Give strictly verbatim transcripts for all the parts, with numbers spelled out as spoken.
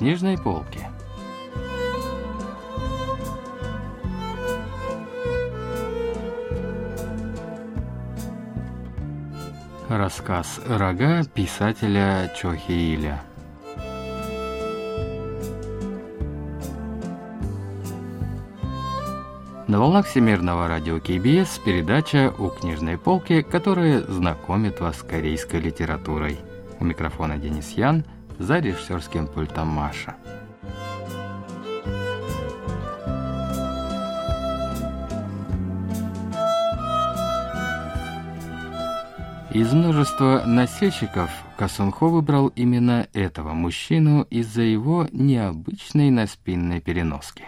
книжной полки. Рассказ «Рога» писателя Чохи Иля. На волнах Всемирного радио Кей Би Эс передача «У книжной полки», которая знакомит вас с корейской литературой. У микрофона Денис Ян, за режиссерским пультом Маша. Из множества носильщиков Касунхо выбрал именно этого мужчину из-за его необычной наспинной переноски.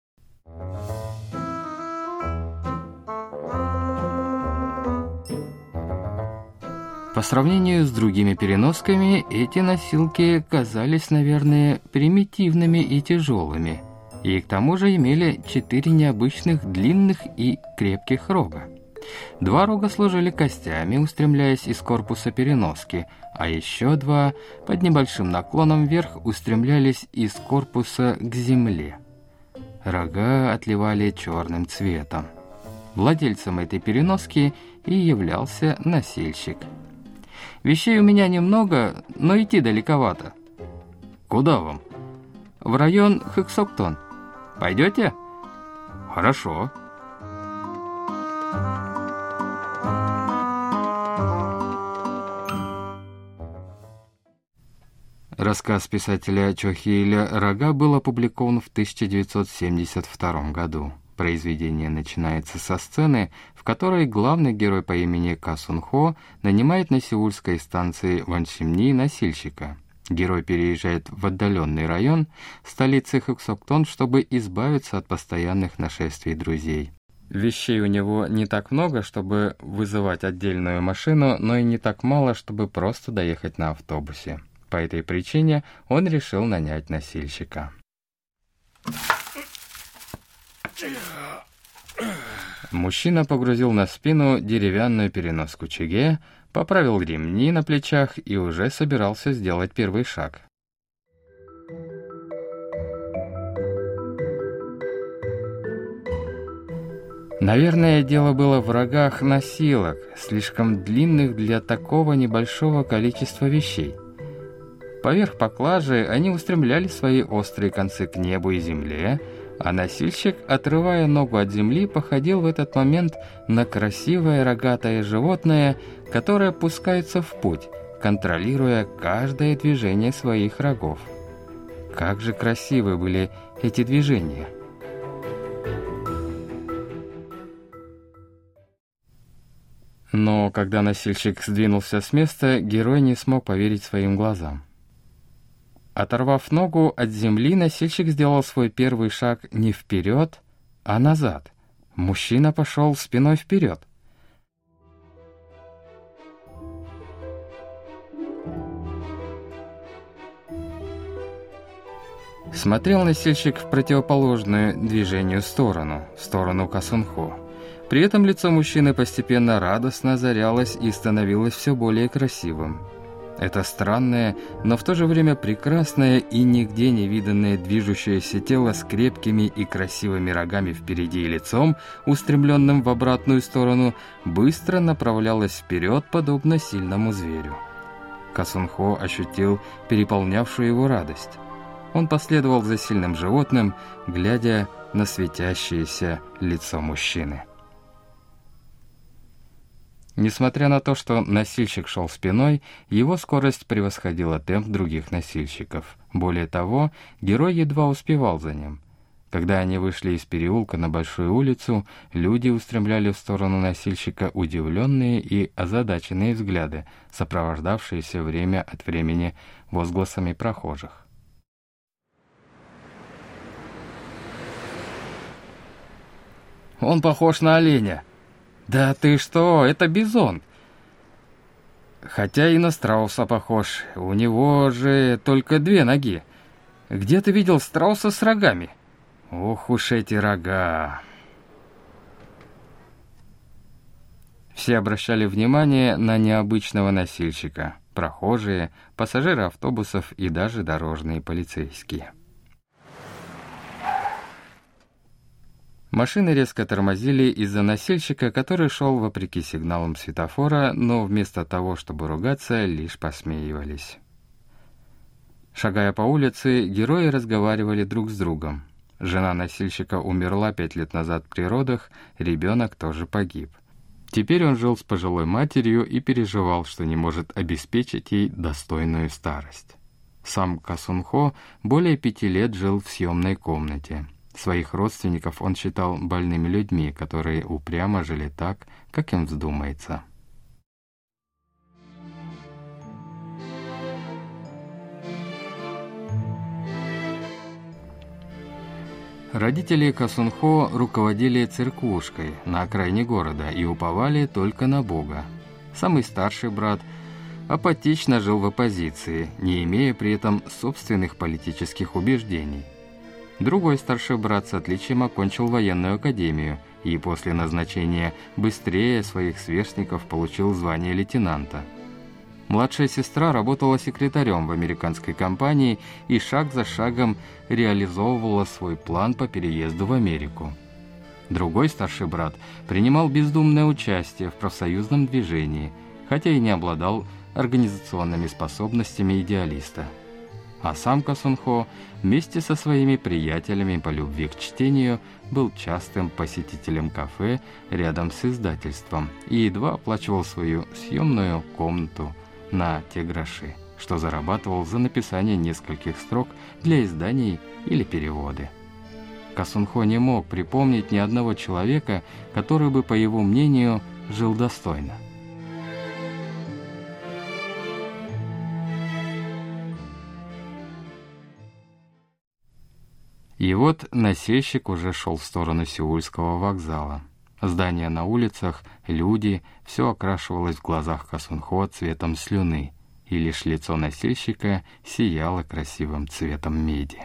По сравнению с другими переносками, эти носилки казались, наверное, примитивными и тяжелыми, и к тому же имели четыре необычных длинных и крепких рога. Два рога служили костями, устремляясь из корпуса переноски, а еще два под небольшим наклоном вверх устремлялись из корпуса к земле. Рога отливали черным цветом. Владельцем этой переноски и являлся носильщик. «Вещей у меня немного, но идти далековато». «Куда вам?» «В район Хэксоктон. Пойдете?» «Хорошо». Рассказ писателя Чохи Иля «Рога» был опубликован в тысяча девятьсот семьдесят втором году. Произведение начинается со сцены, в которой главный герой по имени Касунхо нанимает на сеульской станции Ваншимни носильщика. Герой переезжает в отдаленный район столицы Хэксоктон, чтобы избавиться от постоянных нашествий друзей. Вещей у него не так много, чтобы вызывать отдельную машину, но и не так мало, чтобы просто доехать на автобусе. По этой причине он решил нанять носильщика. Мужчина погрузил на спину деревянную переноску чиге, поправил ремни на плечах и уже собирался сделать первый шаг. Наверное, дело было в рогах носилок, слишком длинных для такого небольшого количества вещей. Поверх поклажи они устремляли свои острые концы к небу и земле, а носильщик, отрывая ногу от земли, походил в этот момент на красивое рогатое животное, которое пускается в путь, контролируя каждое движение своих рогов. Как же красивы были эти движения! Но когда носильщик сдвинулся с места, герой не смог поверить своим глазам. Оторвав ногу от земли, носильщик сделал свой первый шаг не вперед, а назад. Мужчина пошел спиной вперед. Смотрел носильщик в противоположную движению сторону, в сторону Касунхо. При этом лицо мужчины постепенно радостно озарялось и становилось все более красивым. Это странное, но в то же время прекрасное и нигде не виданное движущееся тело с крепкими и красивыми рогами впереди и лицом, устремленным в обратную сторону, быстро направлялось вперед, подобно сильному зверю. Касунхо ощутил переполнявшую его радость. Он последовал за сильным животным, глядя на светящееся лицо мужчины. Несмотря на то, что носильщик шел спиной, его скорость превосходила темп других носильщиков. Более того, герой едва успевал за ним. Когда они вышли из переулка на большую улицу, люди устремляли в сторону носильщика удивленные и озадаченные взгляды, сопровождавшиеся время от времени возгласами прохожих. «Он похож на оленя!» «Да ты что, это бизон!» «Хотя и на страуса похож, у него же только две ноги. Где ты видел страуса с рогами?» «Ох уж эти рога!» Все обращали внимание на необычного носильщика. прохожие, пассажиры автобусов и даже дорожные полицейские. Машины резко тормозили из-за носильщика, который шел вопреки сигналам светофора, но вместо того, чтобы ругаться, лишь посмеивались. Шагая по улице, герои разговаривали друг с другом. Жена носильщика умерла пять лет назад при родах, ребенок тоже погиб. Теперь он жил с пожилой матерью и переживал, что не может обеспечить ей достойную старость. Сам Ка Сун Хо более пяти лет жил в съемной комнате. Своих родственников он считал больными людьми, которые упрямо жили так, как им вздумается. Родители Ка Сун Хо руководили церквушкой на окраине города и уповали только на Бога. Самый старший брат апатично жил в оппозиции, не имея при этом собственных политических убеждений. Другой старший брат с отличием окончил военную академию и после назначения быстрее своих сверстников получил звание лейтенанта. Младшая сестра работала секретарем в американской компании и шаг за шагом реализовывала свой план по переезду в Америку. Другой старший брат принимал бездумное участие в профсоюзном движении, хотя и не обладал организационными способностями идеалиста. А сам Ка Сун Хо вместе со своими приятелями по любви к чтению был частым посетителем кафе рядом с издательством и едва оплачивал свою съемную комнату на те гроши, что зарабатывал за написание нескольких строк для изданий или переводы. Ка Сун Хо не мог припомнить ни одного человека, который бы, по его мнению, жил достойно. И вот носильщик уже шел в сторону Сеульского вокзала. Здания на улицах, люди, все окрашивалось в глазах Ка Сун Хо цветом слюны, и лишь лицо носильщика сияло красивым цветом меди.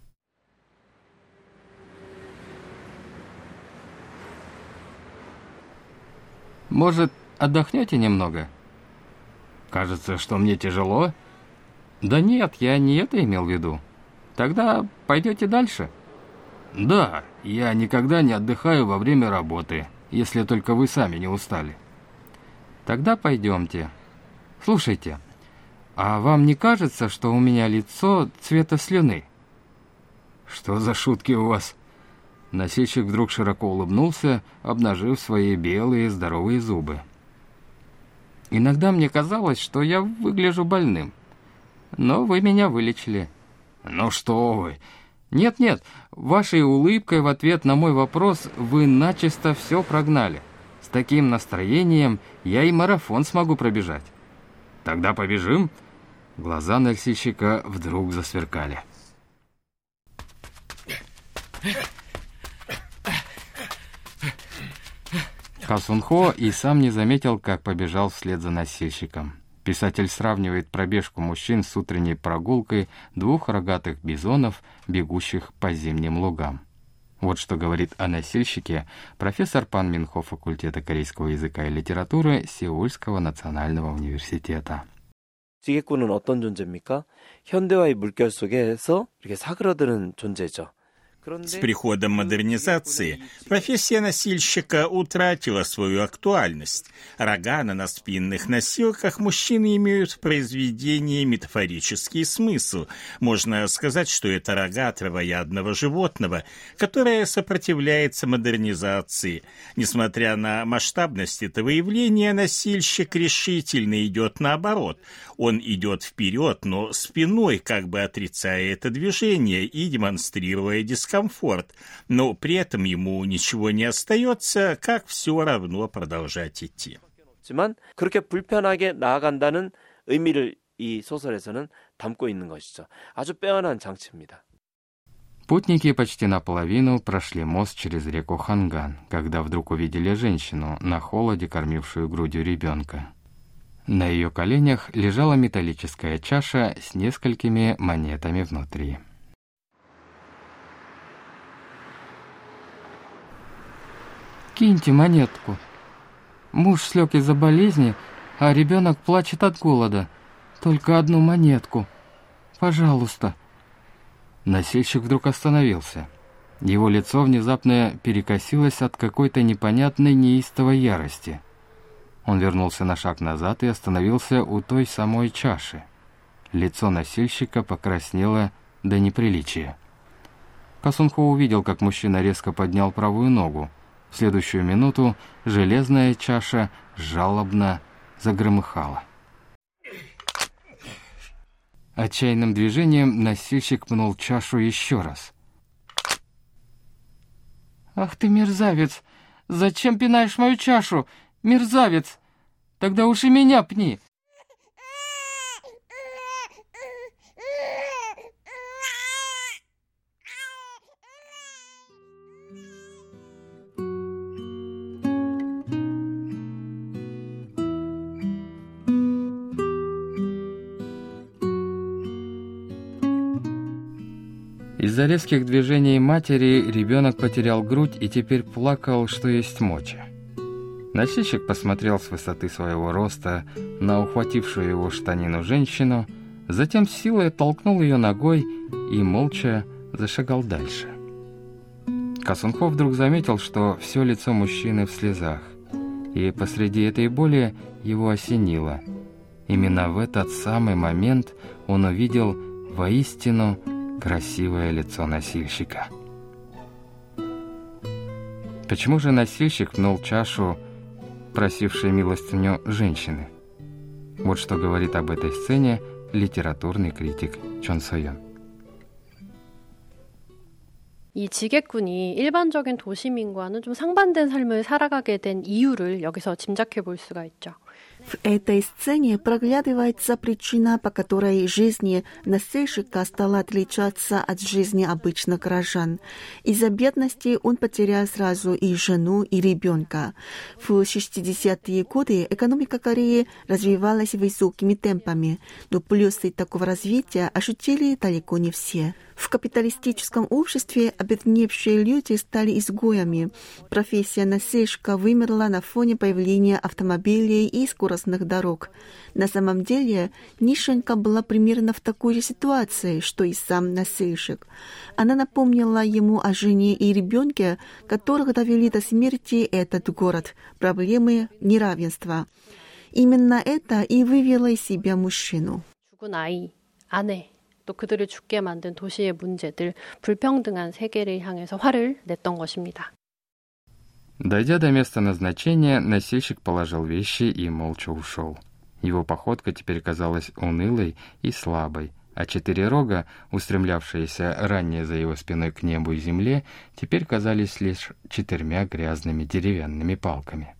«Может, отдохнете немного?» «Кажется, что мне тяжело?» «Да нет, я не это имел в виду. Тогда пойдете дальше?» «Да, я никогда не отдыхаю во время работы, если только вы сами не устали». «Тогда пойдемте. Слушайте, а вам не кажется, что у меня лицо цвета слюны?» «Что за шутки у вас?» Носильщик вдруг широко улыбнулся, обнажив свои белые здоровые зубы. «Иногда мне казалось, что я выгляжу больным, но вы меня вылечили». «Ну что вы!» «Нет-нет, вашей улыбкой в ответ на мой вопрос вы начисто все прогнали. С таким настроением я и марафон смогу пробежать». «Тогда побежим?» Глаза носильщика вдруг засверкали. Ка Сун Хо и сам не заметил, как побежал вслед за носильщиком. Писатель сравнивает пробежку мужчин с утренней прогулкой двух рогатых бизонов, бегущих по зимним лугам. Вот что говорит о носильщике профессор Пан Мин Хо факультета корейского языка и литературы Сеульского национального университета. 지게꾼은 어떤 존재입니까? 현대화의 물결 속에서 이렇게 사그라드는 존재죠. С приходом модернизации профессия носильщика утратила свою актуальность. Рога на наспинных носилках мужчины имеют в произведении метафорический смысл. Можно сказать, что это рога травоядного животного, которое сопротивляется модернизации. Несмотря на масштабность этого явления, носильщик решительно идет наоборот. Он идет вперед, но спиной, как бы отрицая это движение и демонстрируя дискомфорт. комфорт, но при этом ему ничего не остается, как все равно продолжать идти. 하지만 그렇게 불편하게 나아간다는 의미를 이 소설에서는 담고 있는 것이죠. 아주 빼어난 장치입니다. Путники почти наполовину прошли мост через реку Ханган, когда вдруг увидели женщину, на холоде кормившую грудью ребенка. На ее коленях лежала металлическая чаша с несколькими монетами внутри. «Киньте монетку. Муж слег из-за болезни, а ребенок плачет от голода. Только одну монетку. Пожалуйста». Носильщик вдруг остановился. Его лицо внезапно перекосилось от какой-то непонятной неистовой ярости. Он вернулся на шаг назад и остановился у той самой чаши. Лицо носильщика покраснело до неприличия. Касунхо увидел, как мужчина резко поднял правую ногу. В следующую минуту железная чаша жалобно загромыхала. Отчаянным движением носильщик пнул чашу еще раз. «Ах ты, мерзавец! Зачем пинаешь мою чашу? Мерзавец! Тогда уж и меня пни!» Из-за резких движений матери ребенок потерял грудь и теперь плакал, что есть мочи. Носильщик посмотрел с высоты своего роста на ухватившую его штанину женщину, затем с силой толкнул ее ногой и молча зашагал дальше. Касунхо вдруг заметил, что все лицо мужчины в слезах, и посреди этой боли его осенило. Именно в этот самый момент он увидел воистину красивое лицо носильщика. Почему же носильщик пнул чашу, просившей милостыню женщины? Вот что говорит об этой сцене литературный критик Чон Со-연. 이 지게꾼이 일반적인 도시민과는 좀 상반된 삶을 살아가게 된 이유를 여기서 짐작해 볼 수가 있죠. В этой сцене проглядывается причина, по которой жизнь носильщика стала отличаться от жизни обычных горожан. Из-за бедности он потерял сразу и жену, и ребенка. В шестидесятые годы экономика Кореи развивалась высокими темпами, но плюсы такого развития ощутили далеко не все. В капиталистическом обществе обедневшие люди стали изгоями. Профессия носильщика вымерла на фоне появления автомобилей и скоростных дорог. На самом деле, Нишенька была примерно в такой же ситуации, что и сам носильщик. Она напомнила ему о жене и ребенке, которых довели до смерти этот город, проблемы неравенства. Именно это и вывело из себя мужчину. 죽은 아이, 아내, 또 그들을 죽게 만든 도시의 문제들, 불평등한 세계를 향해서 화를 냈던 것입니다. Дойдя до места назначения, носильщик положил вещи и молча ушел. Его походка теперь казалась унылой и слабой, а четыре рога, устремлявшиеся ранее за его спиной к небу и земле, теперь казались лишь четырьмя грязными деревянными палками.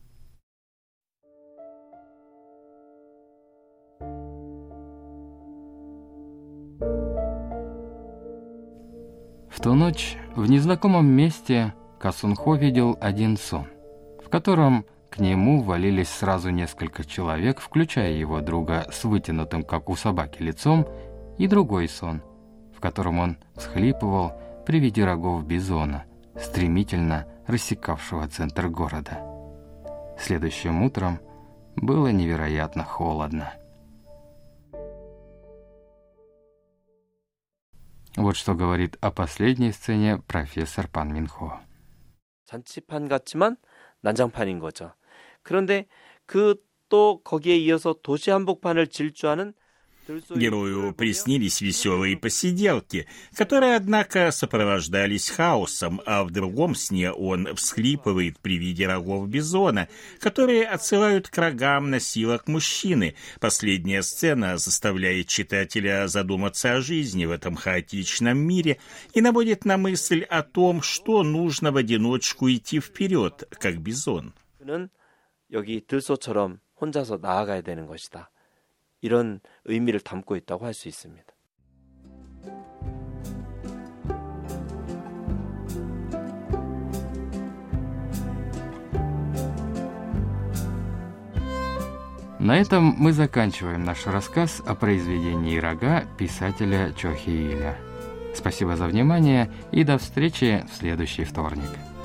В ту ночь в незнакомом месте Касунхо видел один сон, в котором к нему ввалились сразу несколько человек, включая его друга с вытянутым, как у собаки, лицом, и другой сон, в котором он всхлипывал при виде рогов бизона, стремительно рассекавшего центр города. Следующим утром было невероятно холодно. Вот что говорит о последней сцене профессор Пан Мин Хо. 잔치판 같지만 난장판인 거죠. 그런데 그 또 거기에 이어서 도시 한복판을 질주하는 Герою приснились веселые посиделки, которые, однако, сопровождались хаосом, а в другом сне он всхлипывает при виде рогов бизона, которые отсылают к рогам носилок мужчины. Последняя сцена заставляет читателя задуматься о жизни в этом хаотичном мире и наводит на мысль о том, что нужно в одиночку идти вперед, как бизон. 그는 여기 들소처럼 혼자서 나아가야 되는 것이다. 이런 의미를 담고 있다고 할 수 있습니다. На этом мы заканчиваем наш рассказ о произведении «Рога» писателя Чо Хи Иля. Спасибо за внимание и до встречи в следующий вторник.